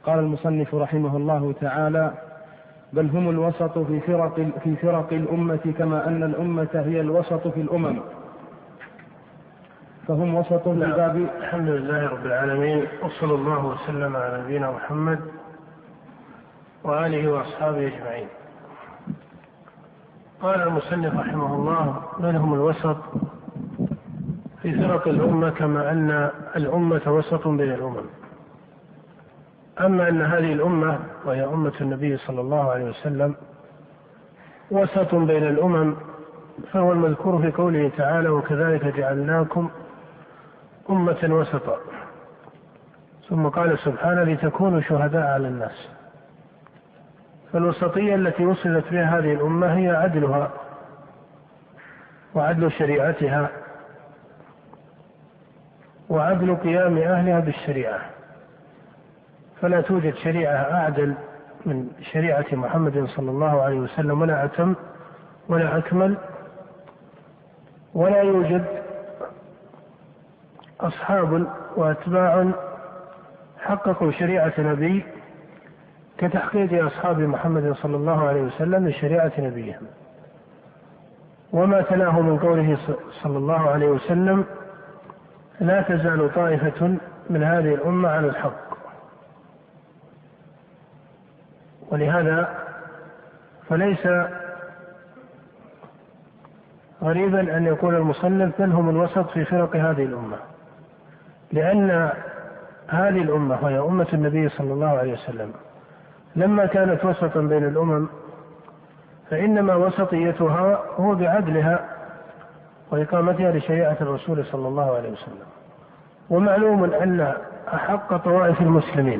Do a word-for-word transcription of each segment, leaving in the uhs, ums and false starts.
قال المصنف رحمه الله تعالى: بل هم الوسط في فرق, في فرق الأمة كما أن الأمة هي الوسط في الأمم، فهم وسط في باب. الحمد لله رب العالمين، وصلى الله وسلم على نبينا محمد وآله وأصحابه أجمعين. قال المصنف رحمه الله: بل هم الوسط في فرق الأمة كما أن الأمة وسط بين الأمم. أما أن هذه الأمة وهي أمة النبي صلى الله عليه وسلم وسط بين الأمم، فهو المذكور في قوله تعالى: وكذلك جعلناكم أمة وسطا. ثم قال سبحانه: لتكونوا شهداء على الناس. فالوسطية التي وصلت بها هذه الأمة هي عدلها وعدل شريعتها وعدل قيام أهلها بالشريعة، فلا توجد شريعة أعدل من شريعة محمد صلى الله عليه وسلم، ولا أتم ولا أكمل، ولا يوجد أصحاب وأتباع حققوا شريعة نبي كتحقيق أصحاب محمد صلى الله عليه وسلم لشريعة نبيهم. وما تلاه من قوله صلى الله عليه وسلم: لا تزال طائفة من هذه الأمة على الحق. ولهذا فليس غريبا أن يقول المصنف: بل هم الوسط في فرق هذه الأمة، لأن هذه الأمة وهي أمة النبي صلى الله عليه وسلم لما كانت وسطا بين الأمم فإنما وسطيتها هو بعدلها وإقامتها لشريعة الرسول صلى الله عليه وسلم. ومعلوم أن أحق طوائف المسلمين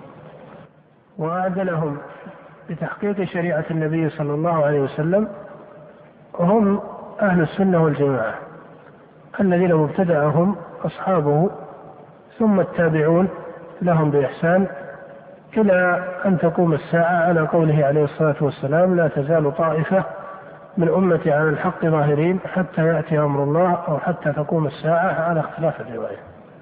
وأعدلهم بتحقيق شريعة النبي صلى الله عليه وسلم هم أهل السنة والجماعة، الذين مبتدعهم أصحابه ثم التابعون لهم بإحسان إلى أن تقوم الساعة، على قوله عليه الصلاة والسلام: لا تزال طائفة من أمتي على الحق ظاهرين حتى يأتي أمر الله، أو حتى تقوم الساعة، على اختلاف الرواية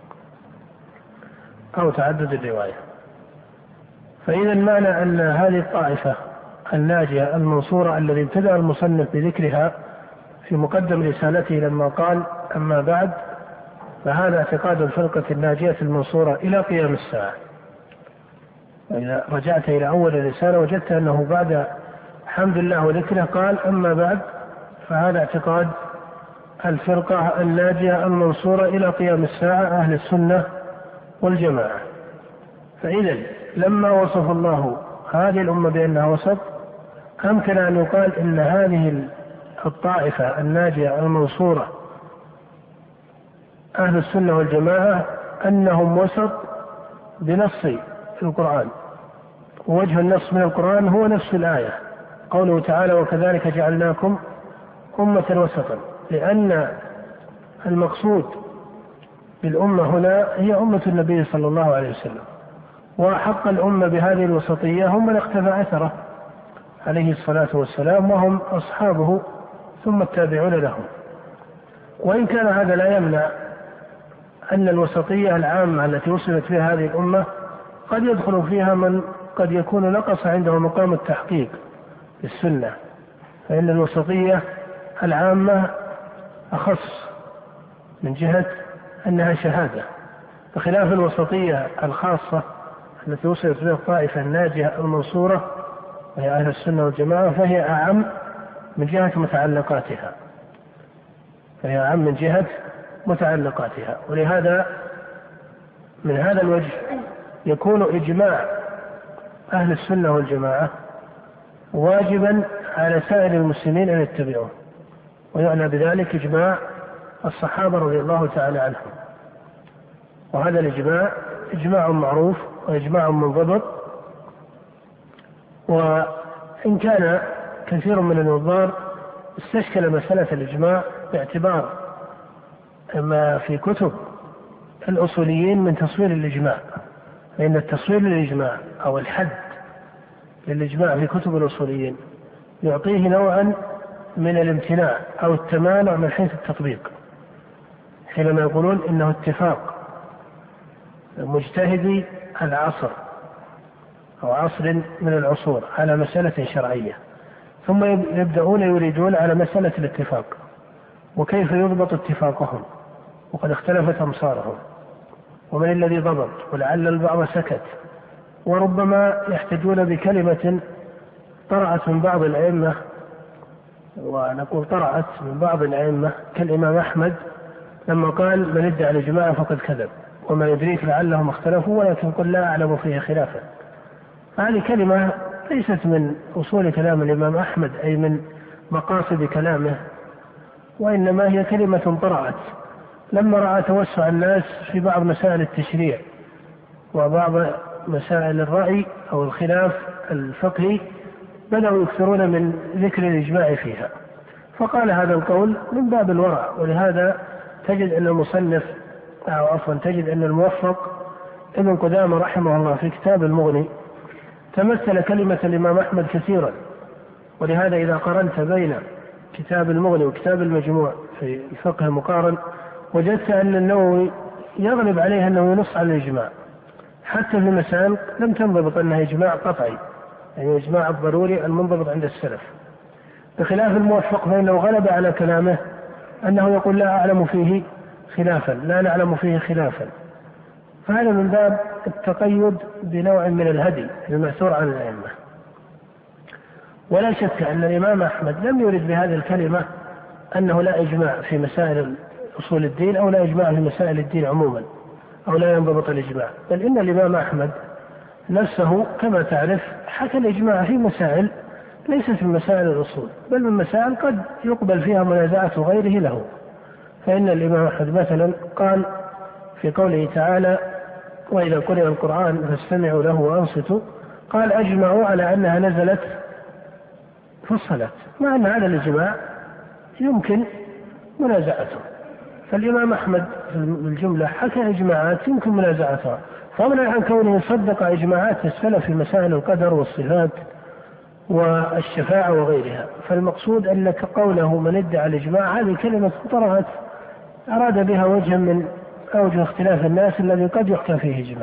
أو تعدد الرواية. فإذا معنى أن هذه الطائفة الناجية المنصورة الذي ابتدأ المصنف بذكرها في مقدم رسالته لما قال: أما بعد، فهذا اعتقاد الفرقة الناجية المنصورة إلى قيام الساعة. وإذا رجعت إلى أول الرسالة وجدت أنه بعد حمد الله وذكره قال: أما بعد، فهذا اعتقاد الفرقة الناجية المنصورة إلى قيام الساعة، أهل السنة والجماعة. فإذا لما وصف الله هذه الأمة بأنها وسط، أمكن أن يقال إن هذه الطائفة الناجية المنصورة أهل السنة والجماعة أنهم وسط بنص القرآن. ووجه النص من القرآن هو نفس الآية، قوله تعالى: وكذلك جعلناكم أمة وسطا، لأن المقصود بالأمة هنا هي أمة النبي صلى الله عليه وسلم، وحق الأمة بهذه الوسطية هم من اقتفى أثره عليه الصلاة والسلام، وهم أصحابه ثم التابعون لهم. وإن كان هذا لا يمنع أن الوسطية العامة التي وصلت فيها هذه الأمة قد يدخل فيها من قد يكون نقص عنده مقام التحقيق بالسنة، فإن الوسطية العامة أخص من جهة أنها شهادة، بخلاف الوسطية الخاصة التي وصلت فيها الطائفة الناجية المنصورة وهي أهل السنة والجماعة، فهي أعم من جهة متعلقاتها فهي أعم من جهة متعلقاتها. ولهذا من هذا الوجه يكون إجماع أهل السنة والجماعة واجبا على سائر المسلمين أن يتبعوه، ويعنى بذلك إجماع الصحابة رضي الله تعالى عنهم. وهذا الإجماع إجماع معروف وإجماع منضبط. وإن كان كثير من النظار استشكل مسألة الإجماع باعتبار ما في كتب الأصوليين من تصوير الإجماع، فإن التصوير للإجماع أو الحد للإجماع في كتب الأصوليين يعطيه نوعا من الامتناع أو التمانع من حيث التطبيق، حينما يقولون إنه اتفاق مجتهدي العصر أو عصر من العصور على مسألة شرعية، ثم يبدأون يريدون على مسألة الاتفاق وكيف يضبط اتفاقهم، وقد اختلفت أمصارهم ومن الذي ضبط، ولعل البعض سكت، وربما يحتجون بكلمة طرأت من بعض الأئمة، ونقول طرأت من بعض الأئمة كالإمام أحمد لما قال من ادعى الإجماع فقد كذب، وما يدريك لعلهم اختلفوا ولكن قل لا أعلم فيه خلافا. هذه كلمة ليست من أصول كلام الإمام أحمد أي من مقاصد كلامه، وإنما هي كلمة طرأت لما رأى توسع الناس في بعض مسائل التشريع وبعض مسائل الرأي أو الخلاف الفقهي، بدأوا يكثرون من ذكر الإجماع فيها، فقال هذا القول من باب الورع. ولهذا تجد أن المصنف أو عفوا تجد أن الموفق ابن قدامة رحمه الله في كتاب المغني تمثل كلمة الإمام أحمد كثيرا. ولهذا إذا قارنت بين كتاب المغني وكتاب المجموع في الفقه المقارن وجدت أن النووي يغلب عليه أنه ينص على الإجماع حتى في مسائل لم تنضبط أنها إجماع قطعي، يعني الإجماع الضروري المنضبط عند السلف، بخلاف الموفق فإنه غلب على كلامه أنه يقول لا أعلم فيه خلافا، لا نعلم فيه خلافا. فهذا من باب التقيد بنوع من الهدي المأثور عن الأئمة. ولا شك أن الإمام أحمد لم يرد بهذه الكلمة أنه لا إجماع في مسائل أصول الدين أو لا إجماع في مسائل الدين عموما أو لا ينضبط الإجماع، بل إن الإمام أحمد نفسه كما تعرف حكى الإجماع في مسائل ليست من مسائل الأصول، بل من مسائل قد يقبل فيها منازعة غيره له. فإن الإمام أحمد مثلا قال في قوله تعالى وإذا قرئ القرآن فاستمعوا له وأنصتوا، قال أجمعوا على أنها نزلت في الصلاة، مع أن هذا الإجماع يمكن منازعته. فالإمام أحمد في الجملة حكى إجماعات يمكن منازعتها، فضلا عن كونه صدق إجماعات السلف في مسائل القدر والصفات والشفاعة وغيرها. فالمقصود أن قوله من ادعى الإجماع هذه كلمة طرأت أراد بها وجها من أوجه اختلاف الناس الذي قد يحكى فيه إجماع.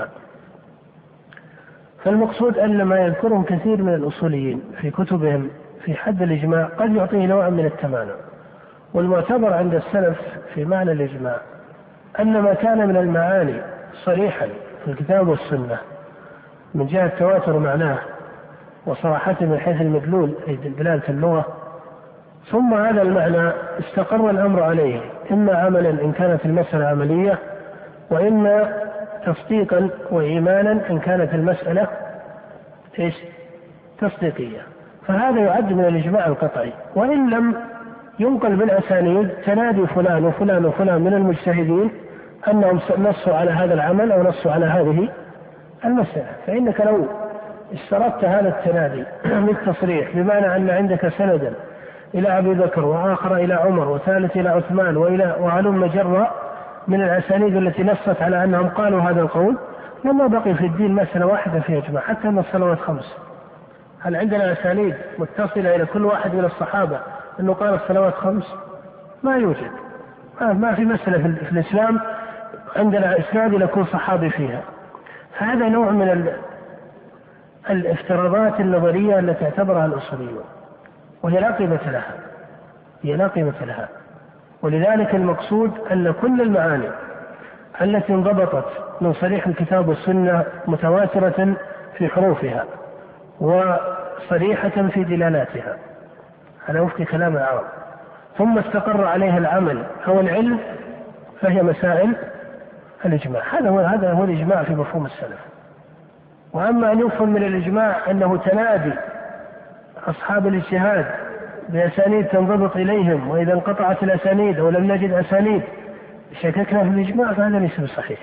فالمقصود أن ما يذكرهم كثير من الأصوليين في كتبهم في حد الإجماع قد يعطيه نوعا من التمانع. والمعتبر عند السلف في معنى الإجماع أن ما كان من المعاني صريحا في الكتاب والسنة من جهة تواتر معناه وصراحته من حيث المدلول أي دلالة اللغة، ثم هذا المعنى استقر الأمر عليه إما عملا إن كانت المسألة عملية، وإما تصديقا وإيمانا إن كانت المسألة إيش؟ تصديقية. فهذا يعد من الإجماع القطعي، وإن لم ينقل بالأسانيد تنادي فلان وفلان وفلان من المجتهدين أنهم نصوا على هذا العمل أو نصوا على هذه المسألة. فإنك لو اشترطت هذا التنادي بالتصريح بمعنى أن عندك سندا إلى أبي بكر وآخر إلى عمر وثالث إلى عثمان وإلى وهلم جرا من الأسانيد التي نصت على أنهم قالوا هذا القول، لما بقي في الدين مسألة واحدة في إجماع حتى أن الصلوات خمس. هل عندنا أسانيد متصلة إلى كل واحد من الصحابة أنه قال الصلوات خمس؟ ما يوجد. ما في مسألة في الإسلام عندنا إسناد إلى كل صحابي فيها. هذا نوع من الافتراضات النظرية التي اعتبرها الأصوليون، وهي لا قيمة لها، هي لا قيمة لها. ولذلك المقصود أن كل المعاني التي انضبطت من صريح الكتاب والسنة متواترة في حروفها وصريحة في دلالاتها على وفق كلام العرب، ثم استقر عليها العمل أو العلم، فهي مسائل الإجماع. هذا هو هذا هو الإجماع في مفهوم السلف. وأما أن يفهم من الإجماع أنه تنادي أصحاب الاجتهاد بأسانيد تنضبط إليهم، وإذا انقطعت الأسانيد أو لم نجد أسانيد شككنا في الإجماع، فهذا ليس بصحيح.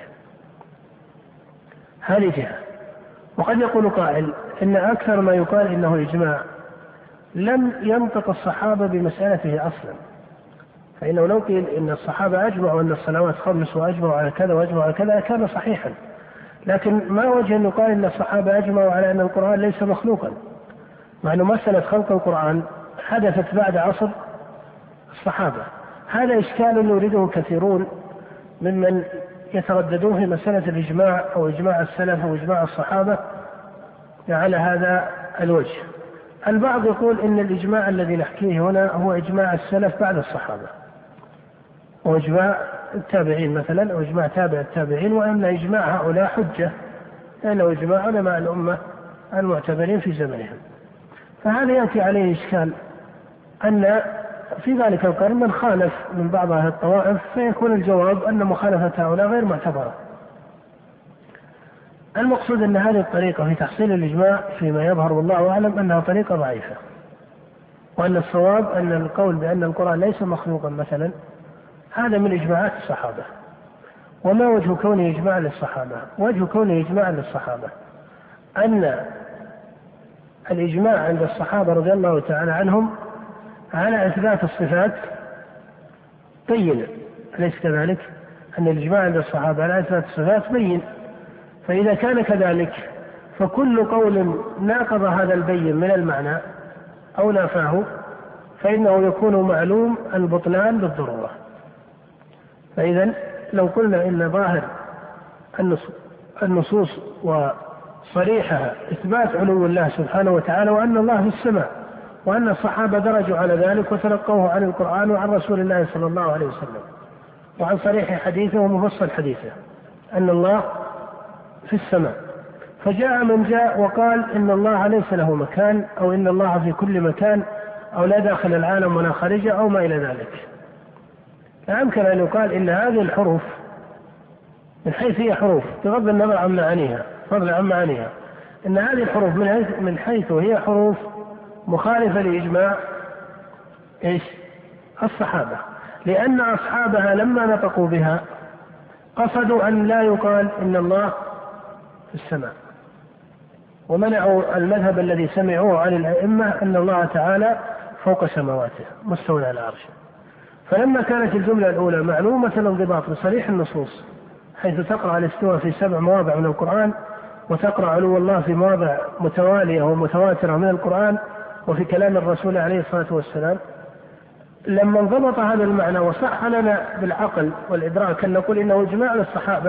هذه جهة. وقد يقول قائل إن أكثر ما يقال إنه إجماع لم ينطق الصحابة بمسألته أصلا، فإنه لو قيل إن الصحابة أجمعوا أن الصلوات خمس وأجمعوا على كذا وأجمعوا على كذا كان صحيحا، لكن ما وجه أن يقال إن الصحابة أجمعوا على أن القرآن ليس مخلوقا، مع أن مسألة خلق القرآن حدثت بعد عصر الصحابة. هذا إشكال يريده كثيرون ممن يترددون في مسألة الإجماع أو إجماع السلف أو إجماع الصحابة، على هذا الوجه. البعض يقول إن الإجماع الذي نحكيه هنا هو إجماع السلف بعد الصحابة، وإجماع التابعين مثلا، أو إجماع تابع التابعين، وأن إجماع هؤلاء حجة لأنه إجماع علماء الأمة المعتبرين في زمنهم. فهذا يأتي عليه إشكال أن في ذلك القرن من خالف من بعض هذه الطوائف، فيكون الجواب أن مخالفة هؤلاء غير معتبرة. المقصود أن هذه الطريقة في تحصيل الإجماع فيما يظهر والله أعلم أنها طريقة ضعيفة، وأن الصواب أن القول بأن القرآن ليس مخلوقا مثلا هذا من إجماعات الصحابة. وما وجه كونه إجماع للصحابة؟ وجه كونه إجماع للصحابة أن الإجماع عند الصحابة رضي الله تعالى عنهم على إثبات الصفات بين، أليس كذلك؟ أن الإجماع عند الصحابة على إثبات الصفات بين، فإذا كان كذلك فكل قول ناقض هذا البين من المعنى أو نافاه فإنه يكون معلوم البطلان بالضرورة. فإذا لو قلنا إن ظاهر النصوص وصريحها إثبات علو الله سبحانه وتعالى وأن الله في السماء، وأن الصحابة درجوا على ذلك وتلقوه عن القرآن وعن رسول الله صلى الله عليه وسلم، وعن صريح حديثه ومفصل حديثه أن الله في السماء، فجاء من جاء وقال إن الله ليس له مكان، أو إن الله في كل مكان، أو لا داخل العالم ولا خارجه، أو ما إلى ذلك. لا يمكن أن يقال إن هذه الحروف من حيث هي حروف بغض النظر عن معانيها فضلا عن معانيها، إن هذه الحروف من حيث هي حروف مخالفة لإجماع إيش؟ الصحابة، لأن أصحابها لما نطقوا بها قصدوا أن لا يقال إن الله في السماء، ومنعوا المذهب الذي سمعوه عن الأئمة أن الله تعالى فوق سماواته مستوى على عرشه. فلما كانت الجملة الأولى معلومة الانضباط بصريح النصوص حيث تقرأ الاستواء في سبع مواضع من القرآن، وتقرأ علو الله في مواضع متوالية ومتواترة من القرآن وفي كلام الرسول عليه الصلاة والسلام، لما انضبط هذا المعنى وصح لنا بالعقل والإدراك أن نقول إنه إجماع للصحابة،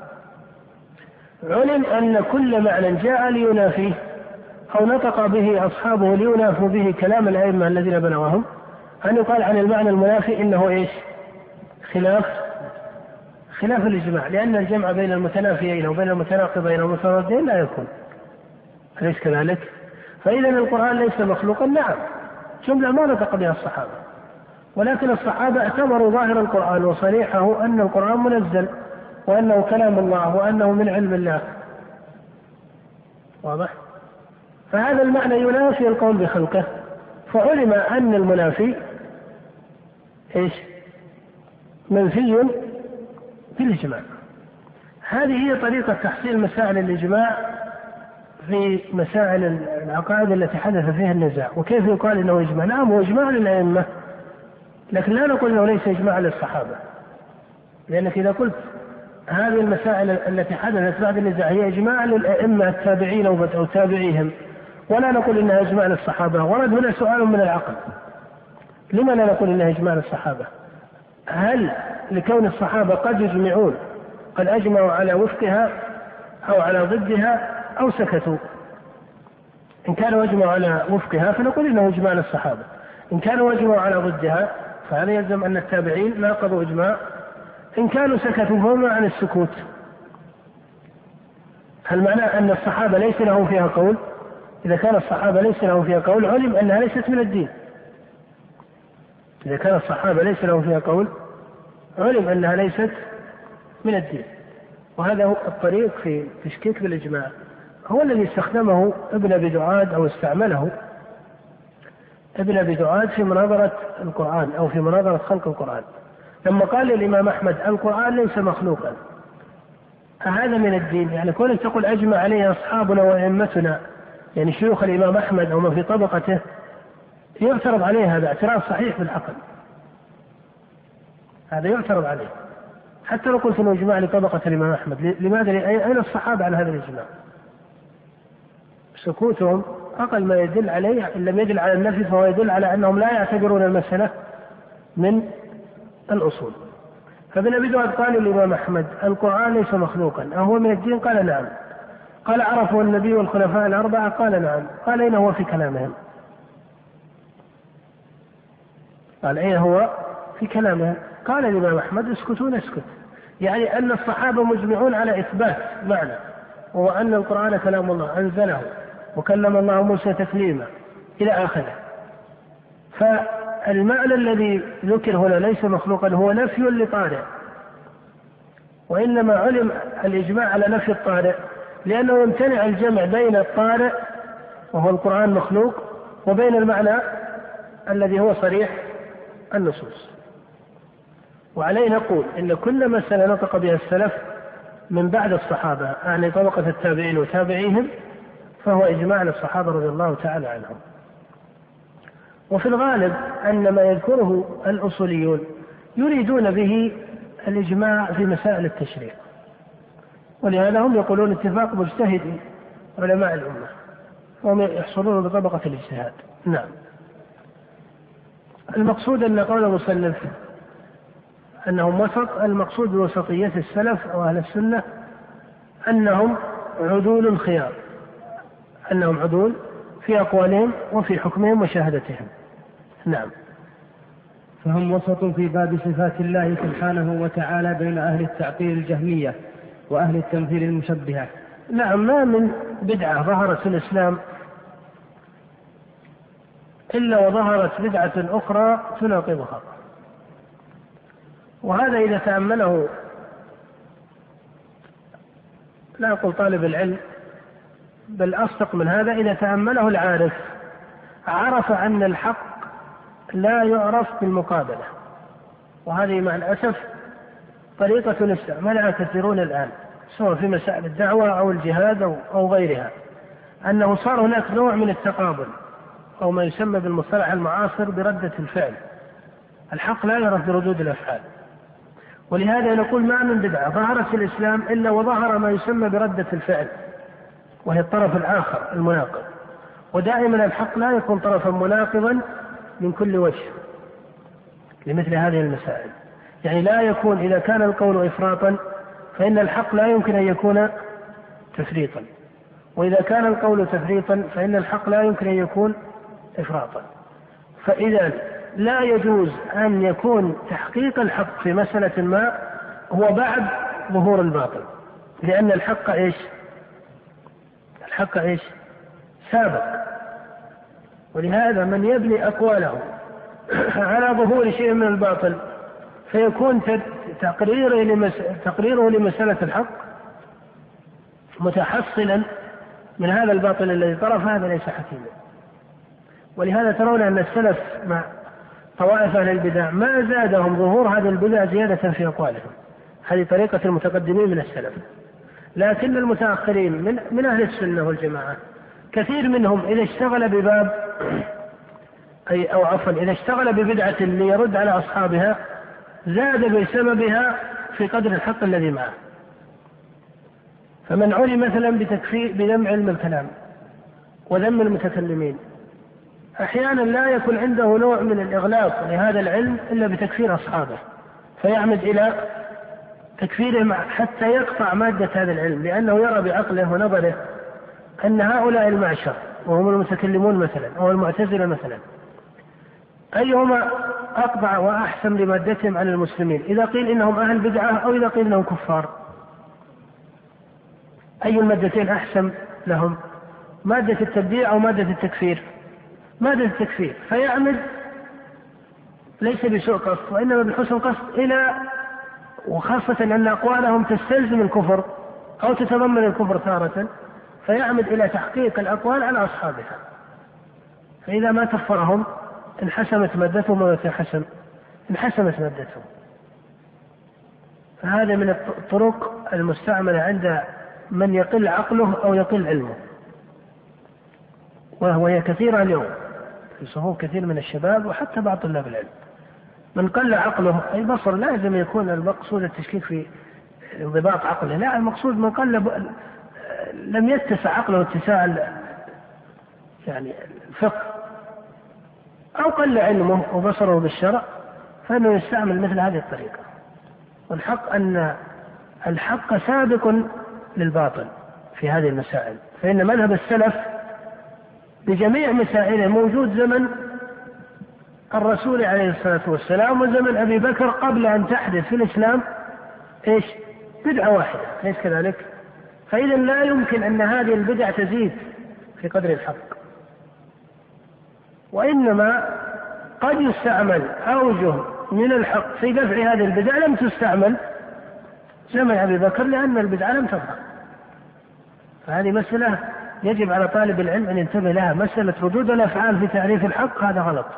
علم أن كل معنى جاء لينافيه أو نطق به أصحابه لينافوا به كلام الأئمة الذين بلغهم، أن يقال عن المعنى المنافي إنه إيش؟ خلاف خلاف الإجماع، لأن الجمع بين المتنافيين وبين المتناقضين والمتضادين لا يكون، أليس كذلك؟ فإذا القرآن ليس مخلوقا، نعم جملة ما نطق بها الصحابة، ولكن الصحابة اعتبروا ظاهر القرآن وصريحه أن القرآن منزل وأنه كلام الله وأنه من علم الله، واضح؟ فهذا المعنى ينافي القول بخلقه، فعلم أن المنافي إيش؟ منفي بالإجماع. هذه هي طريقة تحصيل مسائل الإجماع في مسائل العقائد التي حدث فيها النزاع. وكيف يقال إنه إجماع؟ نعم هو إجماع للأئمة، لكن لا نقول إنه ليس إجماع للصحابة، لأنك إذا قلت هذه المسائل التي حدثت بعد النزاع هي إجماع للأئمة التابعين أو تابعيهم، ولا نقول إنها إجماع للصحابة، ورد هنا سؤال من العقل: لما لا نقول إنها إجماع للصحابة؟ هل لكون الصحابة قد يجمعون قد أجمعوا على وفقها أو على ضدها أو سكتوا؟ إن كانوا أجمعوا على وفقها فنقول إنه إجماع للصحابة، إن كانوا أجمعوا على ضدها فهذا يلزم أن التابعين ناقضوا إجماع، إن كانوا سكتوا فهم عن السكوت. هل معنى أن الصحابة ليس لهم فيها قول؟ إذا كان الصحابة ليس لهم فيها قول علم أنها ليست من الدين. إذا كان الصحابة ليس لهم فيها قول علم أنها ليست من الدين. وهذا هو الطريق في تشكيك بالإجماع، هو الذي استخدمه ابن أبي دعاد أو استعمله ابن أبي دعاد في مناظرة القرآن أو في مناظرة خلق القرآن، لما قال للإمام أحمد القرآن ليس مخلوقا، هذا من الدين؟ يعني كونك تقول أجمع عليه أصحابنا وأئمتنا، يعني شيوخ الإمام أحمد أو من في طبقته، يعترض عليه هذا اعتراض صحيح بالعقل، هذا يعترض عليه حتى لو قلت انه اجماع لطبقة الإمام أحمد. لماذا؟ أين الصحابة على هذا الإجماع؟ سكوتهم أقل ما يدل عليه، إن لم يدل على النفي فهو يدل على أنهم لا يعتبرون المسألة من الأصول. فابن أبي دعاد قال للإمام أحمد القرآن ليس مخلوقا، أهو من الدين؟ قال نعم. قال عرفه النبي والخلفاء الأربعة؟ قال نعم. قال أين هو في كلامهم؟ قال أين هو في كلامهم؟ قال الإمام أحمد اسكتوا نسكت، يعني أن الصحابة مجمعون على إثبات معنى، وهو أن القرآن كلام الله أنزله وكلم الله موسى تكليما إلى آخره. فالمعنى الذي ذكر هنا ليس مخلوقا، هو نفي لطارئ، وإنما علم الإجماع على نفي الطارئ لأنه يمتنع الجمع بين الطارئ وهو القرآن مخلوق وبين المعنى الذي هو صريح النصوص. وعليه نقول إن كل مسألة نطق بها السلف من بعد الصحابة، يعني طبقة التابعين وتابعيهم، فهو إجماع للصحابة رضي الله تعالى عنهم. وفي الغالب أن ما يذكره الأصوليون يريدون به الإجماع في مسائل التشريع، ولهذا هم يقولون اتفاق مجتهدي علماء الأمة، وهم يحصلون بطبقة الاجتهاد. نعم. المقصود أن قول المصنف أنهم وسط، المقصود بوسطية السلف أو أهل السنة أنهم عدول خيار، أنهم عدول في أقوالهم وفي حكمهم وشهادتهم. نعم. فهم وسط في باب صفات الله سبحانه وتعالى بين أهل التعطيل الجهمية وأهل التمثيل المشبهة. نعم. ما من بدعة ظهرت في الإسلام إلا وظهرت بدعة أخرى تناقضها، وهذا إذا تأمله لا أقول طالب العلم، بل أصدق من هذا إذا تأمله العارف عرف أن الحق لا يعرف بالمقابلة، وهذه مع الأسف طريقة استعملها كثيرون الآن سواء في مسائل الدعوة أو الجهاد أو, أو غيرها، أنه صار هناك نوع من التقابل أو ما يسمى بالمصطلح المعاصر بردة الفعل. الحق لا يعرف بردود الأفعال، ولهذا نقول ما من بدعة ظهرت في الإسلام إلا وظهر ما يسمى بردة الفعل، وهي الطرف الآخر المناقض. ودائما الحق لا يكون طرفا مناقضا من كل وجه لمثل هذه المسائل، يعني لا يكون إذا كان القول إفراطا فإن الحق لا يمكن أن يكون تفريطا، وإذا كان القول تفريطا فإن الحق لا يمكن أن يكون إفراطا. فإذا لا يجوز أن يكون تحقيق الحق في مسألة ما هو بعد ظهور الباطل، لأن الحق إيش؟ الحق إيش؟ سابق. ولهذا من يبني أقواله على ظهور شيء من الباطل فيكون تقريره, لمس... تقريره لمسألة الحق متحصلا من هذا الباطل الذي طرف، هذا ليس حكيما. ولهذا ترون أن السلف مع طوائف أهل البدع ما زادهم ظهور هذه البدع زيادة في أقوالهم، هذه طريقة المتقدمين من السلف. لكن المتأخرين من, من أهل السنة والجماعة كثير منهم إذا اشتغل بباب أي أو عفوا إذا اشتغل ببدعة ليرد على أصحابها زاد بسببها في قدر الحق الذي معه. فمن علم مثلا بتكفير بذم علم الكلام وذم المتكلمين أحيانا لا يكون عنده نوع من الإغلاق لهذا العلم إلا بتكفير أصحابه، فيعمد إلى تكفيرهم حتى يقطع مادة هذا العلم، لأنه يرى بعقله ونظره أن هؤلاء المعشر وهم المتكلمون مثلا أو المعتزلة مثلا أيهما أقطع وأحسن لمادتهم عن المسلمين، إذا قيل إنهم أهل بدعة أو إذا قيل إنهم كفار، أي المادتين أحسن لهم؟ مادة التبديع أو مادة التكفير؟ مادة التكفير. فيعمد ليس بسوء قصد وإنما بحسن قصد إلى، وخاصة أن أقوالهم تستلزم الكفر أو تتضمن الكفر تارة، فيعمد إلى تحقيق الأقوال على أصحابها، فإذا ما كفرهم انحسمت مادتهم وتنحسم انحسمت مادتهم. فهذا من الطرق المستعملة عند من يقل عقله أو يقل علمه، وهي كثيرة اليوم في صفوف كثير من الشباب وحتى بعض طلاب العلم. من قل عقله أي بصر لازم يكون المقصود التشكيك في انضباط عقله، لا، المقصود من قل ب... لم يتسع عقله اتساع يعني الفقه أو قل علمه وبصره بالشرع، فإنه يستعمل مثل هذه الطريقة. والحق أن الحق سابق للباطل في هذه المسائل، فإن مذهب السلف بجميع مسائله موجود زمن الرسول عليه الصلاة والسلام وزمن أبي بكر قبل أن تحدث في الإسلام إيش؟ بدعة واحدة، ليس كذلك؟ فإذا لا يمكن أن هذه البدع تزيد في قدر الحق، وإنما قد يستعمل أوجه من الحق في دفع هذه البدع لم تستعمل زمن أبي بكر لأن البدعة لم تظهر. فهذه مسألة يجب على طالب العلم أن ينتبه لها، مسألة ردود الأفعال في تعريف الحق هذا غلط،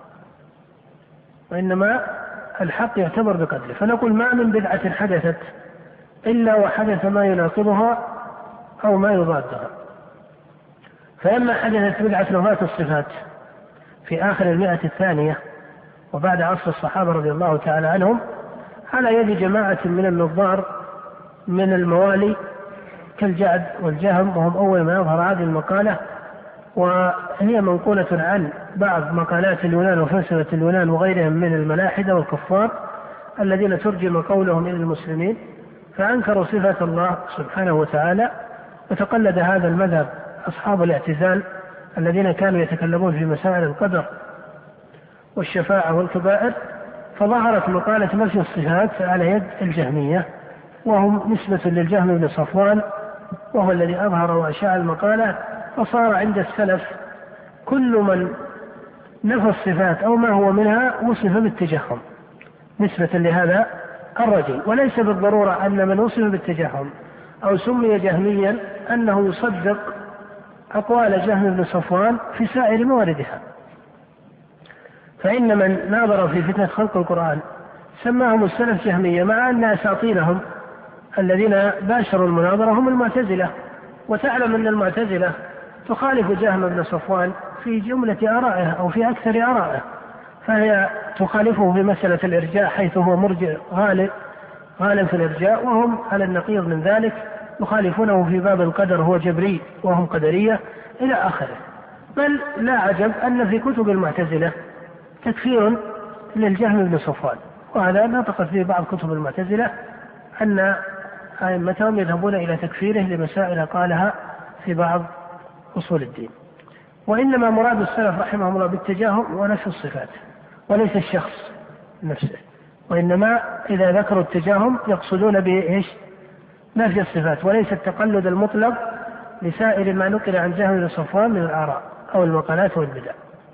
وإنما الحق يعتبر بقدره. فنقول ما من بدعة حدثت إلا وحدث ما يناقضها أو ما يضادها. فلما حدثت بدعة نفاة الصفات في آخر المئة الثانية وبعد عصر الصحابة رضي الله تعالى عنهم على يد جماعة من النظار من الموالي كالجعد والجهم، وهم أول ما يظهر هذه المقالة، وهي منقولة عن بعض مقالات اليونان وفلسفة اليونان وغيرهم من الملاحدة والكفار الذين ترجم قولهم إلى المسلمين، فأنكروا صفة الله سبحانه وتعالى. وتقلد هذا المذهب أصحاب الاعتزال الذين كانوا يتكلمون في مسائل القدر والشفاعة والكبائر، فظهرت مقالة نفي الصفات على يد الجهمية، وهم نسبة للجهم بن صفوان وهو الذي أظهر وأشاع المقالة. فصار عند السلف كل من نفى الصفات أو ما هو منها وصف بالتجهم نسبة لهذا الرجل، وليس بالضرورة أن من وصف بالتجهم أو سمي جهميا أنه يصدق أقوال جهم بن صفوان في سائر مواردها. فإن من ناظر في فتنة خلق القرآن سماهم السلف جهمية، مع أن أساطينهم الذين باشروا المناظرة هم المعتزلة، وتعلم أن المعتزلة تخالف جهم بن صفوان في جملة آرائه أو في أكثر آرائه، فهي تخالفه في مسألة الإرجاء حيث هو مرجع غالب غالب في الإرجاء، وهم على النقيض من ذلك يخالفونه في باب القدر هو جبري وهم قدرية إلى آخره. بل لا عجب أن في كتب المعتزلة تكفير للجهم بن صفوان، وهذا نطقت فيه بعض كتب المعتزلة أن أئمتهم يذهبون إلى تكفيره لمسائل قالها في بعض أصول الدين. وإنما مراد السلف رحمهم الله بالتجاهم ونفي الصفات وليس الشخص نفسه، وإنما إذا ذكروا التجاهم يقصدون به إيش؟ نفي الصفات، وليس التقلد المطلق لسائر ما نقل عن جهم بن صفوان من الآراء أو المقالات والبدع.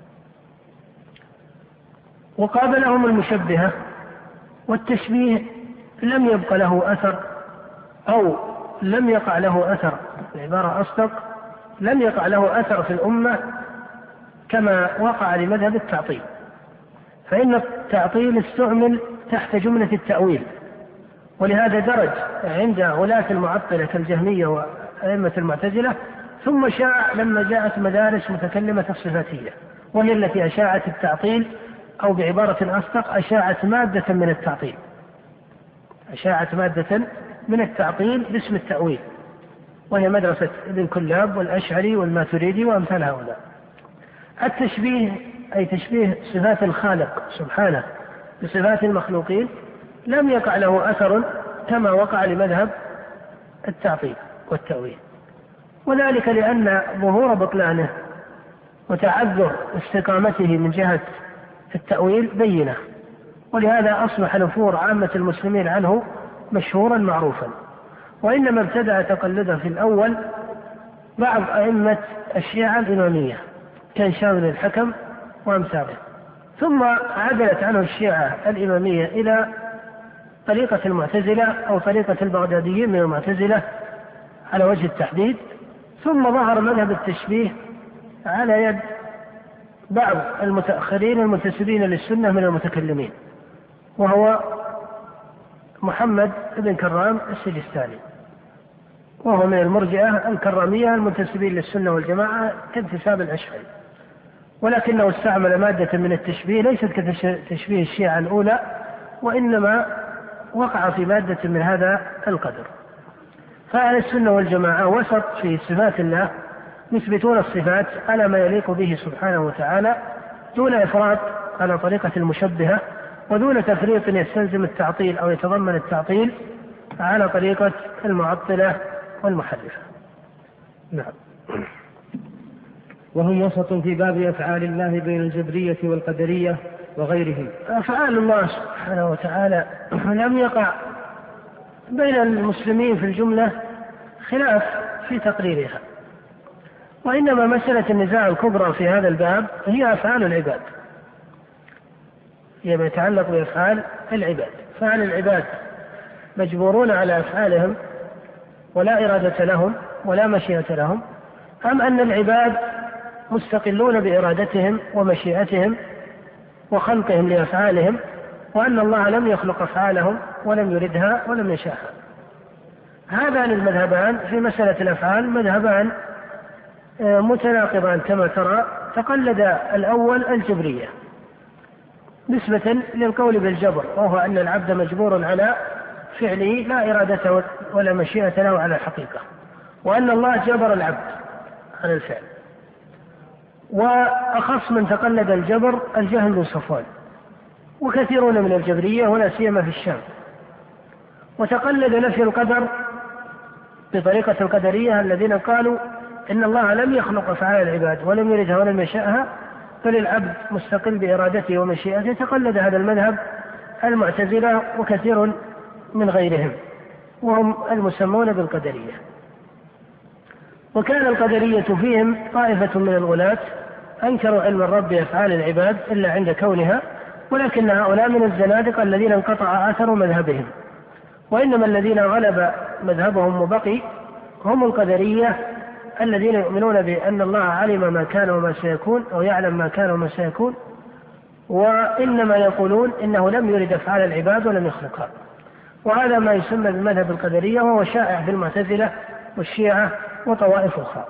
وقابلهم المشبهة، والتشبيه لم يبق له أثر أو لم يقع له أثر، العبارة أصدق، لم يقع له أثر في الأمة كما وقع لمذهب التعطيل. فإن التعطيل استعمل تحت جملة التأويل، ولهذا درج عند غلاة المعطلة كالجهمية وأئمة المعتزلة، ثم شاع لما جاءت مدارس متكلمة الصفاتية وهي التي أشاعت التعطيل، أو بعبارة أصدق أشاعت مادة من التعطيل أشاعت مادة من التعطيل باسم التأويل، وهي مدرسة ابن كلاب والأشعري والماتريدي وأمثال هؤلاء. التشبيه أي تشبيه صفات الخالق سبحانه بصفات المخلوقين لم يقع له أثر كما وقع لمذهب التعطيل والتأويل، وذلك لأن ظهور بطلانه وتعذر استقامته من جهة التأويل بينة، ولهذا أصبح نفور عامة المسلمين عنه مشهورا معروفا. وإنما ابتدأ تقلده في الأول بعض أئمة الشيعة الإمامية كهشام بن الحكم وأمثاله، ثم عدلت عنه الشيعة الإمامية إلى طريقة المعتزلة أو طريقة البغداديين من المعتزلة على وجه التحديد، ثم ظهر مذهب التشبيه على يد بعض المتأخرين المنتسبين للسنة من المتكلمين، وهو محمد بن كرام السجستاني، وهو من المرجئة الكرامية المنتسبين للسنة والجماعة كانتساب الأشعري، ولكنه استعمل مادة من التشبيه ليست كتشبيه الشيعة الأولى، وإنما وقع في مادة من هذا القدر. فأهل السنة والجماعة وسط في صفات الله، يثبتون الصفات على ما يليق به سبحانه وتعالى دون إفراط على طريقة المشبهة، ودون تفريط يستلزم التعطيل أو يتضمن التعطيل على طريقة المعطلة والمحرفة. نعم. وهم وسط في باب أفعال الله بين الجبرية والقدرية وغيرهم. أفعال الله سبحانه وتعالى لم يقع بين المسلمين في الجملة خلاف في تقريرها، وإنما مسألة النزاع الكبرى في هذا الباب هي أفعال العباد، هي ما يتعلق بأفعال العباد. فعل العباد مجبورون على أفعالهم ولا إرادة لهم ولا مشيئة لهم، أم أن العباد مستقلون بإرادتهم ومشيئتهم وخلقهم لأفعالهم، وأن الله لم يخلق أفعالهم ولم يردها ولم يشاءها. هذان المذهبان في مسألة الأفعال مذهبان متناقضان كما ترى. تقلد الأول الجبرية نسبة للقول بالجبر، وهو أن العبد مجبور على فعله لا إرادة ولا مشيئة له على الحقيقة، وأن الله جبر العبد على الفعل. وأخص من تقلد الجبر الجهم بن صفوان وكثيرون من الجبرية ولا سيما في الشام. وتقلد نفي القدر بطريقة القدرية الذين قالوا إن الله لم يخلق أفعال العباد ولم يردها ولم يشاءها، بل العبد مستقل بإرادته ومشيئته. تقلد هذا المذهب المعتزلة وكثير من غيرهم، وهم المسمون بالقدرية. وكان القدرية فيهم طائفة من الغلاة أنكروا علم الرب بأفعال العباد إلا عند كونها، ولكن هؤلاء من الزنادقة الذين انقطع أثر مذهبهم. وإنما الذين غلب مذهبهم وبقي هم القدرية الذين يؤمنون بأن الله علم ما كان وما سيكون، أو يعلم ما كان وما سيكون، وإنما يقولون إنه لم يرد أفعال العباد ولم يخلقها. وهذا ما يسمى بمذهب القدرية، وهو شائع في المعتزلة والشيعة وطوائف أخرى.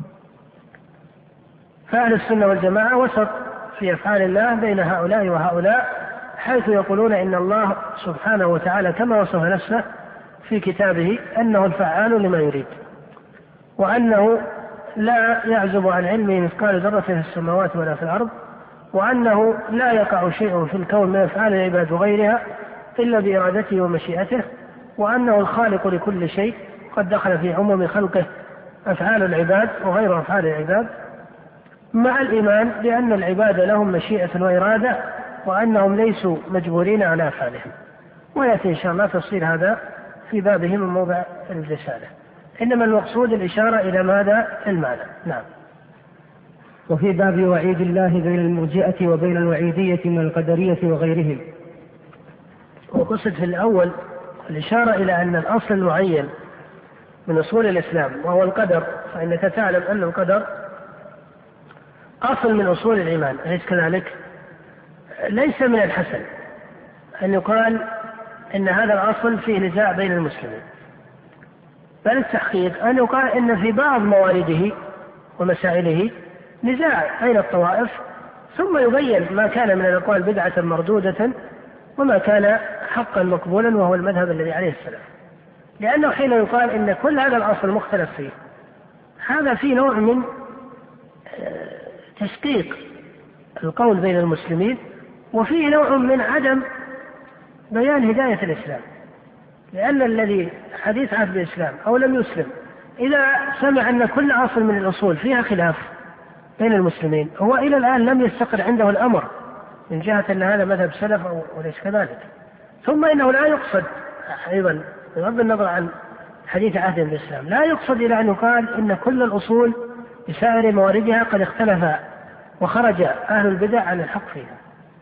فأهل السنة والجماعة وسط في أفعال الله بين هؤلاء وهؤلاء، حيث يقولون إن الله سبحانه وتعالى كما وصف نفسه في كتابه أنه الفعال لما يريد، وأنه لا يعزب عن علمه مثقال ذرة في السماوات ولا في الأرض، وأنه لا يقع شيء في الكون من أفعال العباد وغيرها إلا بإرادته ومشيئته، وأنه الخالق لكل شيء، قد دخل في عموم خلقه أفعال العباد وغير أفعال العباد، مع الإيمان بأن العباد لهم مشيئة وإرادة وأنهم ليسوا مجبورين على أفعالهم. ويأتي إن شاء الله تفصيل هذا في بابه من موضع الرسالة. إنما المقصود الإشارة إلى ماذا المعنى. نعم. وفي باب وعيد الله بين المرجئة وبين الوعيدية من القدرية وغيرهم. وقصد في الأول الإشارة إلى أن الأصل المعين من أصول الإسلام وهو القدر، فإنك تعلم أن القدر أصل من أصول الإيمان، أليس كذلك؟ ليس من الحسن أن يقال إن هذا الأصل فيه نزاع بين المسلمين، بل التحقيق أن يقال إن في بعض موارده ومسائله نزاع بين الطوائف، ثم يبين ما كان من الأقوال بدعة مردودة وما كان حقا مقبولا وهو المذهب الذي عليه السلام. لأنه حين يقال إن كل هذا الأصل مختلف فيه، هذا فيه نوع من تشقيق القول بين المسلمين، وفيه نوع من عدم بيان هداية الإسلام. لأن الذي حديث عهد بالإسلام أو لم يسلم إذا سمع أن كل أصل من الأصول فيها خلاف بين المسلمين، هو إلى الآن لم يستقر عنده الأمر من جهة أن هذا مذهب سلف أو وليس كذلك. ثم إنه لا يقصد أيضا بغض النظر عن حديث عهد بالإسلام، لا يقصد إلى أن يقال إن كل الأصول بسائر مواردها قد اختلف وخرج أهل البدع عن الحق فيها.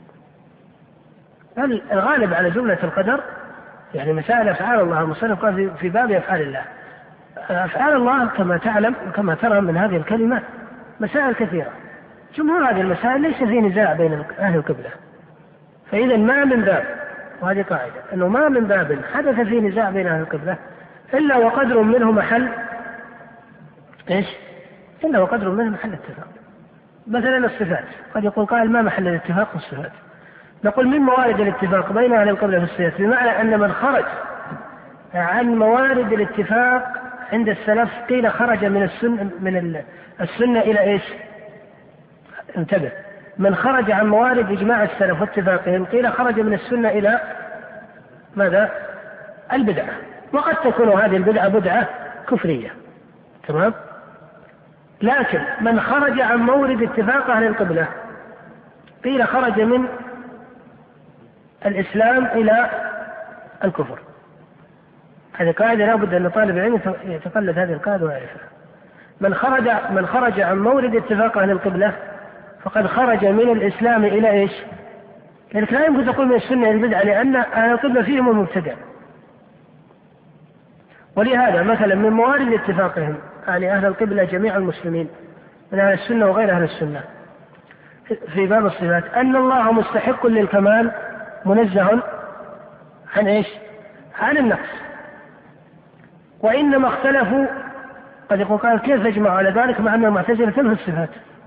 بل الغالب على جملة القدر يعني مسائل أفعال الله، المصنف قال في باب أفعال الله. أفعال الله كما تعلم وكما ترى من هذه الكلمة مسائل كثيرة، جمهور هذه المسائل ليس في نزاع بين أهل القبلة. فإذا ما من باب، وهذه قاعدة، أنه ما من باب حدث فيه نزاع بين أهل القبلة إلا وقدر منه محل إيش؟ إلا وقدر منه محل اتفاق. مثلا الصفات، قد يقول قائل ما محل الاتفاق في الصفات؟ نقول من موارد الاتفاق بين أهل القبلة في الصفات، بمعنى أن من خرج عن موارد الاتفاق عند السلف قيل خرج من السنة من السنة إلى إيش؟ انتبه، من خرج عن موارد إجماع السلف واتفاقهم قيل خرج من السنة إلى ماذا؟ البدعة. وقد تكون هذه البدعة بدعة كفرية، تمام؟ لكن من خرج عن مورد اتفاق أهل القبلة قيل خرج من الإسلام إلى الكفر. هذه قاعدة لا بد أن طالب العلم يتقلد هذه القاعدة ويعرفها. من خرج من خرج عن مورد اتفاق أهل القبلة فقد خرج من الإسلام إلى إيش؟ لأنك لا يمكن تقول من السنة إلى البدعة، لأن أهل القبلة فيهم المبتدع. ولهذا مثلا من موارد اتفاقهم يعني أهل القبلة جميع المسلمين من أهل السنة وغير أهل السنة في باب الصفات أن الله مستحق للكمال منزه عن إيش؟ عن النقص. وإنما اختلفوا قد يقول قال كيف يجمع على ذلك مع أن المعتزلة تنفي الصفات،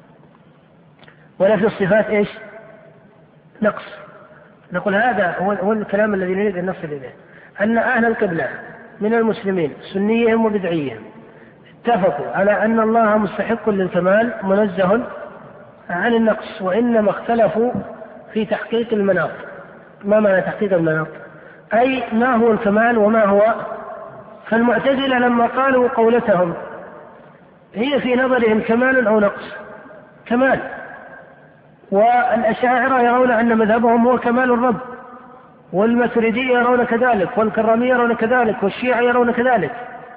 ونفي الصفات إيش؟ نقص. نقول هذا هو الكلام الذي نريد أن نصل إليه، أن أهل القبلة من المسلمين سنيهم وبدعيهم اتفقوا على أن الله مستحق للكمال منزه عن النقص، وإنما اختلفوا في تحقيق المناط. ما معنى تحقيق المناط؟ أي ما هو الكمال وما هو. فالمعتزلة لما قالوا قولتهم هي في نظرهم كمال أو نقص؟ كمال. والأشاعرة يرون أن مذهبهم هو كمال الرب، والماتريدية يرون كذلك، والكرامية يرون كذلك، والشيعة يرون كذلك.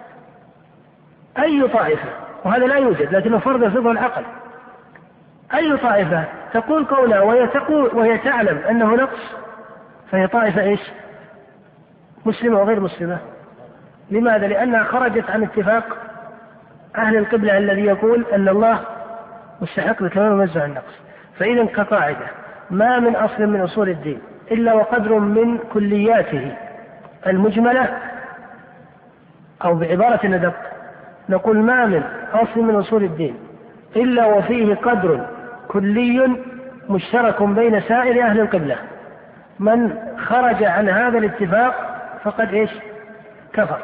أي طائفة، وهذا لا يوجد لكنه فرض يفرضه العقل، أي طائفة تقول قولها وهي تقول وهي تعلم أنه نقص فهي طائفة إيش؟ مسلمة وغير مسلمة. لماذا؟ لأنها خرجت عن اتفاق أهل القبلة الذي يقول أن الله مستحق للكمال ومنزه عن النقص. فإذا كقاعدة ما من أصل من أصول الدين إلا وقدر من كلياته المجملة، أو بعبارة أدق نقول ما من أصل من أصول الدين إلا وفيه قدر كلي مشترك بين سائر أهل القبلة. من خرج عن هذا الاتفاق فقد إيش؟ كفر.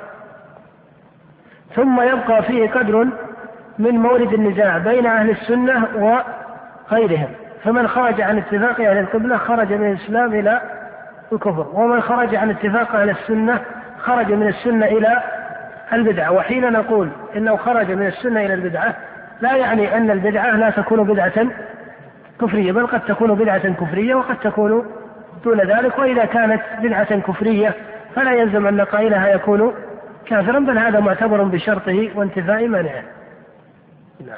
ثم يبقى فيه قدر من مورد النزاع بين أهل السنة وغيرهم، فمن خرج عن اتفاق أهل القبلة خرج من الإسلام إلى الكفر، ومن خرج عن اتفاق أهل السنة خرج من السنة إلى البدعة. وحين نقول إنه خرج من السنة إلى البدعة لا يعني أن البدعة لا تكون بدعة كفرية، بل قد تكون بدعة كفرية وقد تكون دون ذلك. وإذا كانت بدعة كفرية فلا يلزم أن قائلها يكون كافرا، بل هذا معتبر بشرطه وانتفاء مانعه. نعم.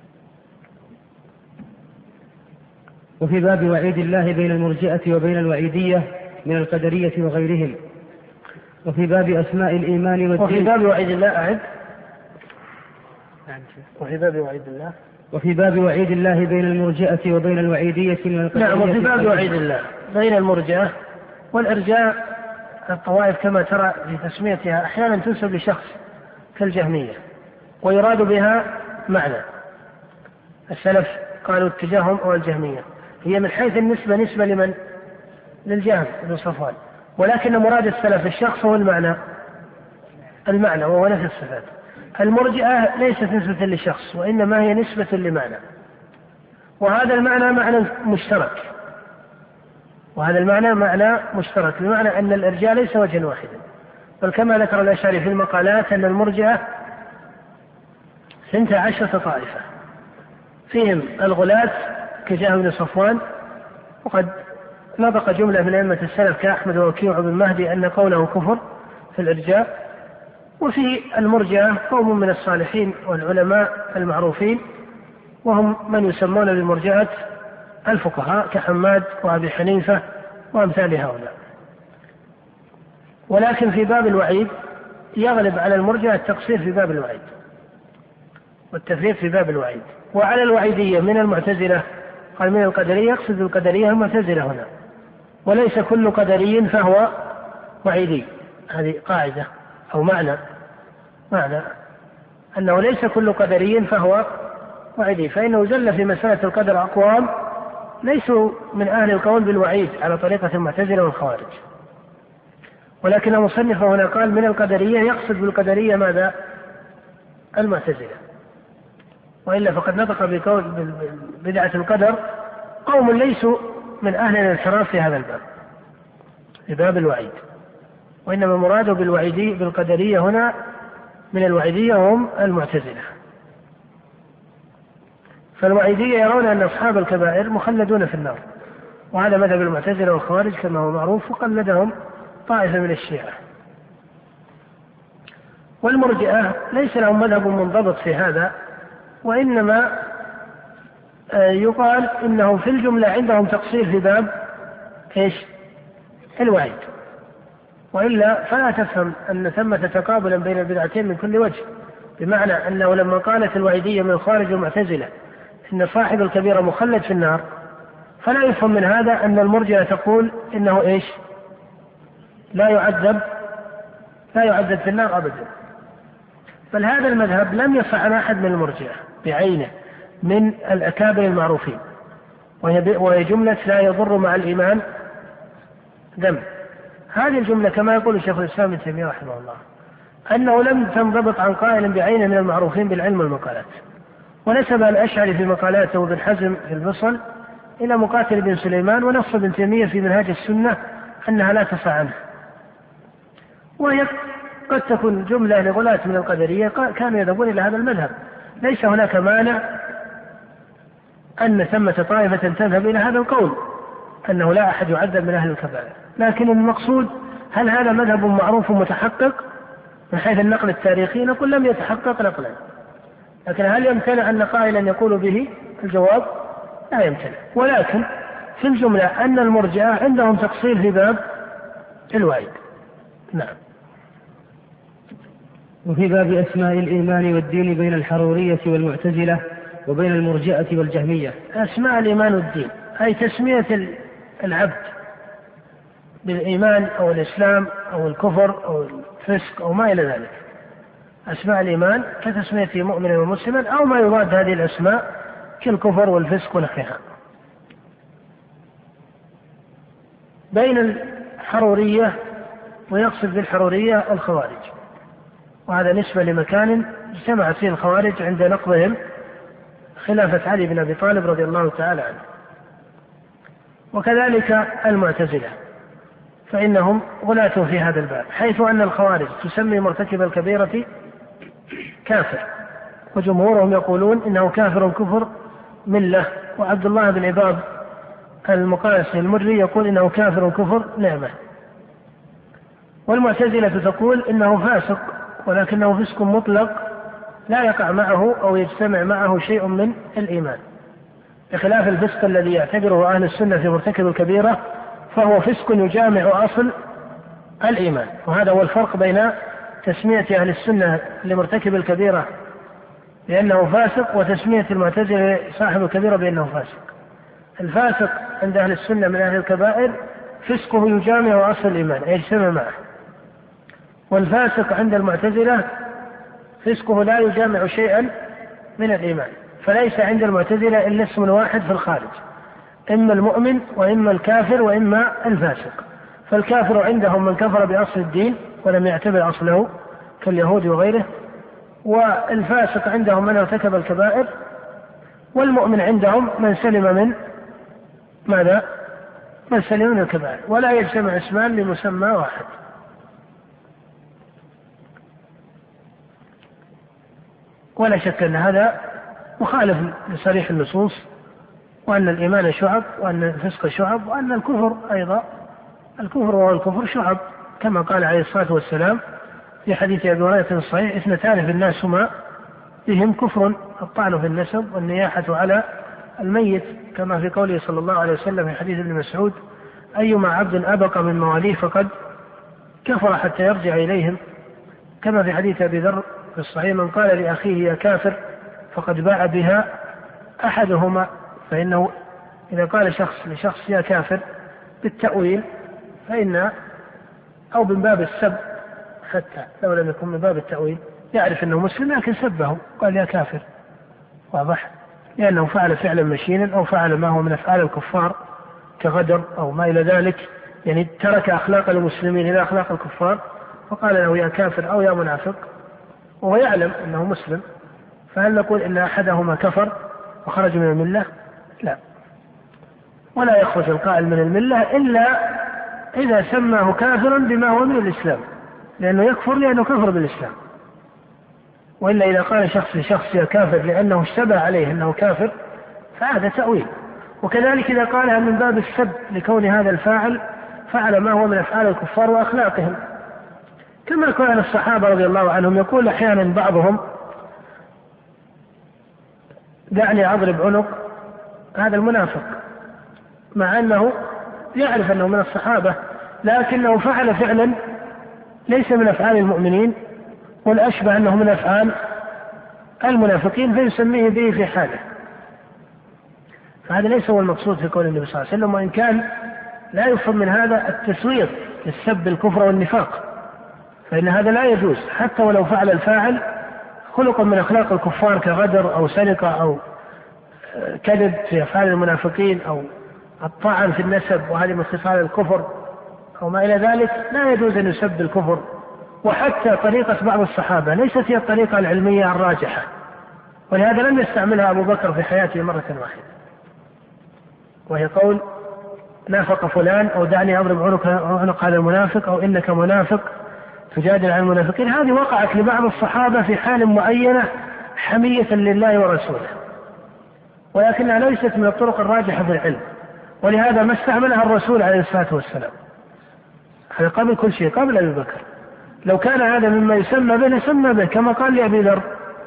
وفي باب وعيد الله بين المرجئة وبين الوعيدية من القدرية وغيرهم. وفي باب أسماء الإيمان والدين. وفي باب وعيد الله أعد. وفي باب وعيد الله وفي باب وعيد الله بين المرجئة وبين الوعيدية من القدرية. نعم. وفي باب وعيد الله بين المرجئة والإرجاء الطوائف كما ترى في تسميتها أحيانا تنسب لشخص كالجهمية ويراد بها معنى. السلف قالوا اتجاههم أو الجهمية، هي من حيث النسبة نسبة لمن؟ للجهم بن صفوان، ولكن مراد السلف الشخص هو المعنى المعنى وهو نفي الصفات. المرجئة ليست نسبة لشخص وإنما هي نسبة لمعنى، وهذا المعنى معنى مشترك، وهذا المعنى معنى مشترك بمعنى أن الإرجاء ليس وجها واحدا، بل كما ذكر الأشعري في المقالات أن المرجئة ثنتا عشرة طائفة، فيهم الغلاة كجهم بن صفوان، وقد نطق جملة من أئمة السلف كأحمد ووكيع بن مهدي أن قوله كفر في الإرجاء. وفي المرجئة قوم من الصالحين والعلماء المعروفين وهم من يسمون بالمرجئة الفقهاء كحماد وأبي حنيفة وأمثال هؤلاء. ولكن في باب الوعيد يغلب على المرجئة التقصير في باب الوعيد والتفريط في باب الوعيد. وعلى الوعيدية من المعتزلة قال من القدرية، يقصد القدرية المعتزلة هنا، وليس كل قدري فهو وعيدي. هذه قاعدة أو معنى معنى أنه ليس كل قدري فهو وعيدي، فإنه زل في مسألة القدر أقوام ليسوا من أهل القول بالوعيد على طريقة المعتزلة والخوارج، ولكن المصنف هنا قال من القدرية يقصد بالقدرية ماذا؟ المعتزلة، وإلا فقد نطق بقول بدعة القدر قوم ليسوا من أهل الانحراف في هذا الباب في باب الوعيد، وإنما مراده بالوعيدي بالقدرية هنا من الوعيدية هم المعتزلة. فالوعيدية يرون أن أصحاب الكبائر مخلدون في النار، وهذا مذهب المعتزلة والخوارج كما هو معروف، وقلدهم طائفة من الشيعة. والمرجئة ليس لهم مذهب منضبط في هذا، وإنما يقال إنه في الجملة عندهم تقصير في باب إيش؟ الوعيد، وإلا فلا تفهم أن ثمة تقابلا بين البدعتين من كل وجه، بمعنى أنه لما قالت الوعيدية من خارج المعتزلة إن صاحب الكبيرة مخلد في النار، فلا يفهم من هذا أن المرجئة تقول إنه إيش؟ لا يعذب لا يعذب في النار أبدا. بل هذا المذهب لم يصح عن أحد من المرجئة بعينه من الأكابر المعروفين، وهي جملة لا يضر مع الإيمان ذنب. هذه الجملة كما يقول شيخ الإسلام ابن تيمية رحمه الله أنه لم تنضبط عن قائل بعينه من المعروفين بالعلم والمقالات، ونسب الأشعري في مقالاته وابن حزم في الفصل إلى مقاتل بن سليمان، ونص ابن تيمية في منهاج السنة أنها لا تصح عنه. وهي قد تكون جملة لغلاة من القدرية كانوا يذهبون إلى هذا المذهب، ليس هناك مانع أن ثمة طائفة تذهب إلى هذا القول أنه لا أحد يعذب من أهل الكبائر، لكن المقصود هل هذا مذهب معروف متحقق من حيث النقل التاريخي؟ نقول لم يتحقق نقلا، لكن هل يمتنع أن قائلا يقول به؟ الجواب لا يمتنع. ولكن في الجملة أن المرجئة عندهم تقصير في باب الوعيد. نعم. وفي باب أسماء الإيمان والدين بين الحرورية والمعتزلة وبين المرجئة والجهمية. أسماء الإيمان والدين أي تسمية العبد بالإيمان أو الإسلام أو الكفر أو الفسق أو ما إلى ذلك. أسماء الإيمان كتسميته مؤمنا ومسلما، أو ما يراد هذه الأسماء كالكفر والفسق ونحوها. بين الحرورية، ويقصد بالحرورية الخوارج، وهذا نسبة لمكان اجتمعت فيه الخوارج عند نقضهم خلافة علي بن أبي طالب رضي الله تعالى عنه. وكذلك المعتزلة فإنهم غلاة في هذا الباب، حيث أن الخوارج تسمي مرتكب الكبيرة كافر، وجمهورهم يقولون إنه كافر كفر ملة، وعبد الله بن عباد المقاسي المري يقول إنه كافر كفر نعمة. والمعتزلة تقول إنه فاسق، ولكنه فسق مطلق لا يقع معه أو يجتمع معه شيء من الإيمان، بخلاف الفسق الذي يعتبره أهل السنة في مرتكب الكبيرة فهو فسق يجامع أصل الإيمان. وهذا هو الفرق بين تسمية أهل السنة لمرتكب الكبيرة لأنه فاسق، وتسمية المعتزلة صاحب الكبيرة بأنه فاسق. الفاسق عند أهل السنة من أهل الكبائر فسقه يجامع أصل الإيمان يجتمع معه، والفاسق عند المعتزلة فسقه لا يجامع شيئا من الإيمان. فليس عند المعتزلة إلا اسم واحد في الخارج، إما المؤمن وإما الكافر وإما الفاسق. فالكافر عندهم من كفر بأصل الدين ولم يعتبر أصله كاليهود وغيره، والفاسق عندهم من ارتكب الكبائر، والمؤمن عندهم من سلم من ماذا؟ من سلم من الكبائر، ولا يجتمع اسمان لمسمى واحد. ولا شك أن هذا مخالف لصريح النصوص، وأن الإيمان شعب، وأن الفسق شعب، وأن الكفر أيضا الكفر والكفر شعب، كما قال عليه الصلاة والسلام في حديث أبي هريرة الصحيح: اثنتان في الناس هما بهم كفر، الطعن في النسب والنياحة على الميت، كما في قوله صلى الله عليه وسلم في حديث ابن مسعود: أيما عبد أبق من مواليه فقد كفر حتى يرجع إليهم، كما في حديث أبي ذر في الصحيح: من قال لأخيه يا كافر فقد باع بها أحدهما. فإنه إذا قال شخص لشخص يا كافر بالتأويل فإن أو من باب السب، حتى لو لم يكن من باب التأويل، يعرف أنه مسلم لكن سبه قال يا كافر، واضح، لأنه فعل فعلا مشينا أو فعل ما هو من أفعال الكفار كغدر أو ما إلى ذلك، يعني ترك أخلاق المسلمين إلى أخلاق الكفار فقال له يا كافر أو يا منافق وهو يعلم أنه مسلم. فهل نقول إن أحدهما كفر وخرج من الملة؟ لا، ولا يخرج القائل من الملة إلا إذا سماه كافرا بما هو من الإسلام، لأنه يكفر لأنه كفر بالإسلام. وإلا إذا قال شخص لشخص يا كافر لأنه اشتبه عليه أنه كافر فهذا تأويل. وكذلك إذا قالها من باب السب لكون هذا الفاعل فعل ما هو من أفعال الكفار وأخلاقهم، كما كان الصحابة رضي الله عنهم يقول أحيانا بعضهم دعني أضرب عنق هذا المنافق، مع أنه يعرف أنه من الصحابة لكنه فعل فعلا ليس من أفعال المؤمنين والأشبه أنه من أفعال المنافقين فيسميه به في حاله. فهذا ليس هو المقصود في قول النبي صلى الله عليه وسلم، وإن كان لا يفهم من هذا التسويق للسب الكفر والنفاق، فإن هذا لا يجوز حتى ولو فعل الفاعل خلقا من أخلاق الكفار كغدر أو سرقة أو كذب في أفعال المنافقين أو الطعن في النسب وهذه من خصال الكفر أو ما إلى ذلك، لا يجوز أن يسب الكفر. وحتى طريقة بعض الصحابة ليست هي الطريقة العلمية الراجحة، ولهذا لم يستعملها أبو بكر في حياته مرة واحدة، وهي قول نافق فلان أو دعني أضرب عنق عنق هذا المنافق أو إنك منافق تجادل عن المنافقين. هذه وقعت لبعض الصحابة في حال معينة حمية لله ورسوله، ولكنها ليست من الطرق الراجحة في العلم، ولهذا ما استعملها الرسول عليه الصلاة والسلام. هذا قبل كل شيء، قبل أبي بكر. لو كان هذا مما يسمى به نسمى به، كما قال لأبي ذر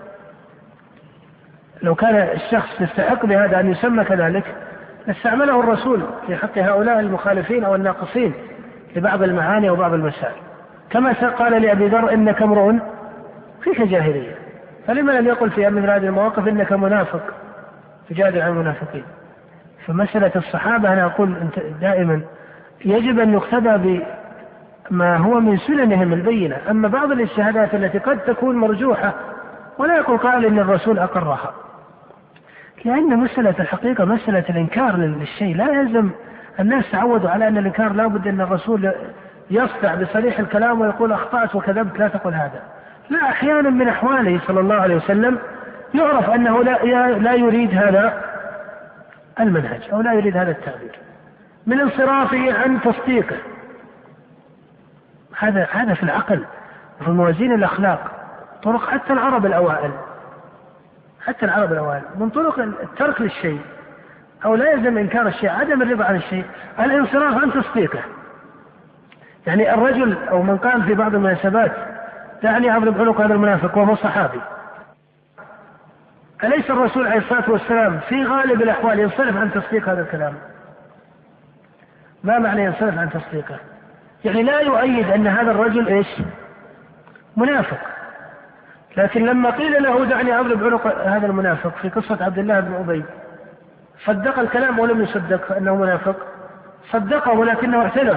لو كان الشخص يستحق بهذا أن يسمى كذلك استعمله الرسول في حق هؤلاء المخالفين أو الناقصين لبعض المعاني وبعض المسائل، كما قال لأبي ذر إنك امرؤ فيك جاهلية، فلما لم يقل في مثل هذه المواقف إنك منافق تجادل عن المنافقين؟ فمسألة الصحابة أنا أقول دائما يجب أن يقتدى بما هو من سننهم البينة. أما بعض الاجتهادات التي قد تكون مرجوحة ولا يقول قائل إن الرسول أقرها، لأن مسألة الحقيقة مسألة الإنكار للشيء، لا يلزم الناس تعودوا على أن الإنكار لا بد أن الرسول يصدع بصريح الكلام ويقول أخطأت وكذبت، لا تقول هذا. لا، أحيانا من أحواله صلى الله عليه وسلم يعرف أنه لا, لا يريد هذا المنهج أو لا يريد هذا التعبير من انصرافه عن تصديقه. هذا هذا في العقل وفي موازين الأخلاق طرق حتى العرب الأوائل حتى العرب الأوائل من طرق الترك للشيء أو لا يلزم إنكار الشيء عدم الرضا عن الشيء الانصراف عن تصديقه. يعني الرجل أو من قال في بعض المناسبات دعني أضرب عنق هذا المنافق وهو صحابي، أليس الرسول عليه الصلاة والسلام في غالب الأحوال ينصرف عن تصديق هذا الكلام؟ ما معنى ينصرف عن تصديقه؟ يعني لا يؤيد أن هذا الرجل إيش؟ منافق. لكن لما قيل له دعني أضرب عنق هذا المنافق في قصة عبد الله بن أبي صدق الكلام ولم يصدق أنه منافق؟ صدقه ولكنه اعتذر.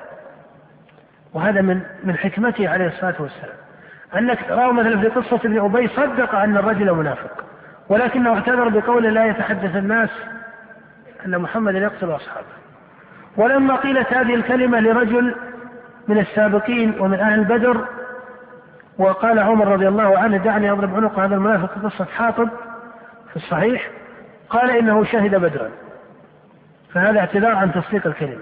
وهذا من من حكمته عليه الصلاة والسلام، أنك تراه مثلا في قصة ابن أبي صدق أن الرجل منافق ولكنه اعتذر بقول لا يتحدث الناس أن محمد يقتل أصحابه. ولما قيلت هذه الكلمة لرجل من السابقين ومن أهل بدر وقال عمر رضي الله عنه دعني أضرب عنق هذا المنافق في قصة حاطب في الصحيح، قال إنه شهد بدرا، فهذا اعتذار عن تصديق الكلمة.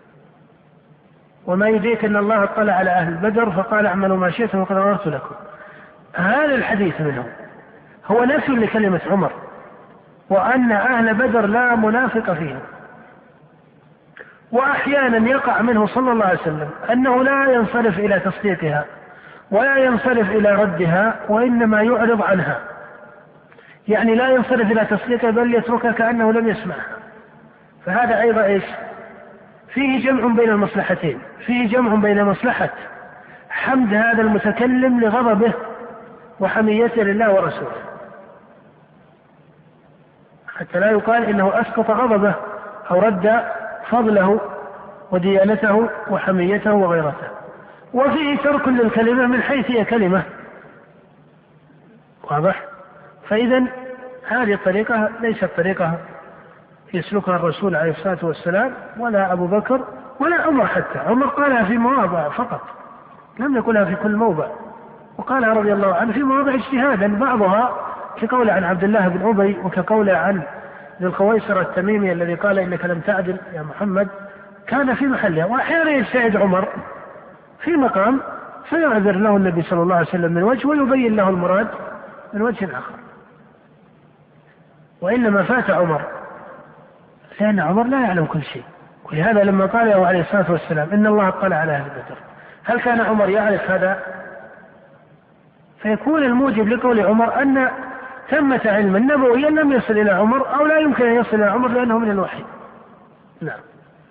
وما يدريك أن الله اطلع على أهل بدر فقال اعملوا ما شئتم وقد غفرت لكم. هذا الحديث منه هو نفي لكلمة عمر وأن أهل بدر لا منافق فيهم. وأحيانا يقع منه صلى الله عليه وسلم أنه لا ينصرف إلى تصديقها ولا ينصرف إلى ردها وإنما يعرض عنها، يعني لا ينصرف إلى تصديقها بل يتركها كأنه لم يسمعها. فهذا أيضا إيش؟ فيه جمع بين المصلحتين، فيه جمع بين مصلحة حمد هذا المتكلم لغضبه وحميته لله ورسوله حتى لا يقال إنه أسقط غضبه أو رد فضله وديانته وحميته وغيرته، وفيه ترك للكلمة من حيث هي كلمة. واضح؟ فإذا هذه الطريقة ليست طريقة يسلكها الرسول عليه الصلاة والسلام ولا أبو بكر ولا عمر، حتى عمر قالها في مواضع فقط لم يقولها في كل موضع، وقالها رضي الله عنه في مواضع اجتهادا، بعضها كقول عن عبد الله بن أبي وكقول عن ذي الخويصر التميمي الذي قال إنك لم تعدل يا محمد كان في محلها. وأحيانا يجتهد عمر في مقام فيعذر له النبي صلى الله عليه وسلم من وجه ويبين له المراد من وجه آخر. وإنما فات عمر، لأن عمر لا يعلم كل شيء. ولهذا لما قال له عليه الصلاة والسلام إن الله اطلع على أهل بدر، هل كان عمر يعرف هذا؟ فيكون الموجب لقول عمر أن ثمة علم نبوي لم يصل إلى عمر أو لا يمكن أن يصل إلى عمر لأنه من الوحي. نعم.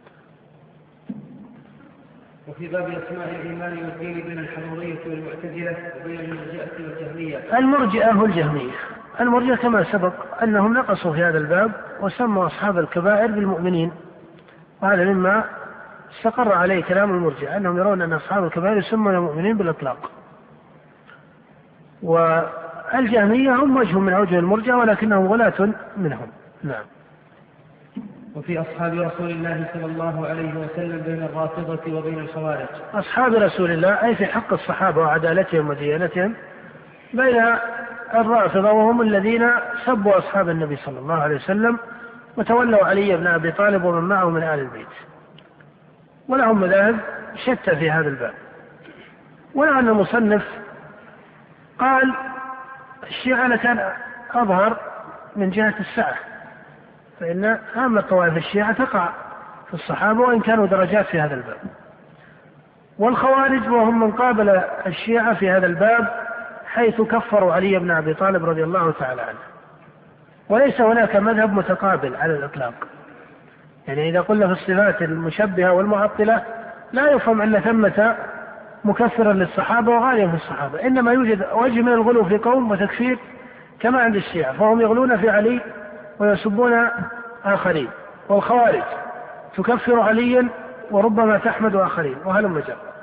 وفي باب أسماء الإيمان والدين بين الحرورية والمعتزلة وبين المرجئة والجهمية. المرجئة والجهمية، المرجئة كما سبق أنهم نقصوا في هذا الباب وسموا أصحاب الكبائر بالمؤمنين، وهذا مما استقر عليه كلام المرجئة أنهم يرون أن أصحاب الكبائر يسمون المؤمنين بالإطلاق. والجهمية هم وجه من أوجه المرجئة ولكنهم غلاة منهم. نعم. وفي أصحاب رسول الله صلى الله عليه وسلم بين الرافضة وبين الخوارج. أصحاب رسول الله أي في حق الصحابة وعدالتهم وديانتهم بين الرافضة وهم الذين سبوا أصحاب النبي صلى الله عليه وسلم وتولوا علي بن أبي طالب ومن معه من آل البيت، ولهم مذاهب شتى في هذا الباب. ولعل المصنف قال الشيعة كان أظهر من جهة السعة، فإن عامة طوائف الشيعة تقع في الصحابة وإن كانوا درجات في هذا الباب. والخوارج وهم من قابل الشيعة في هذا الباب حيث كفروا علي بن أبي طالب رضي الله تعالى عنه. وليس هناك مذهب متقابل على الإطلاق، يعني إذا قلنا في الصفات المشبهة والمعطلة لا يفهم أن ثمة مكفرا للصحابة وغاليا في الصحابة، إنما يوجد وجه من الغلو في قوم وتكفير كما عند الشيعة، فهم يغلون في علي ويسبون آخرين. والخوارج تكفر عليا وربما تحمد آخرين، وهلم جرا.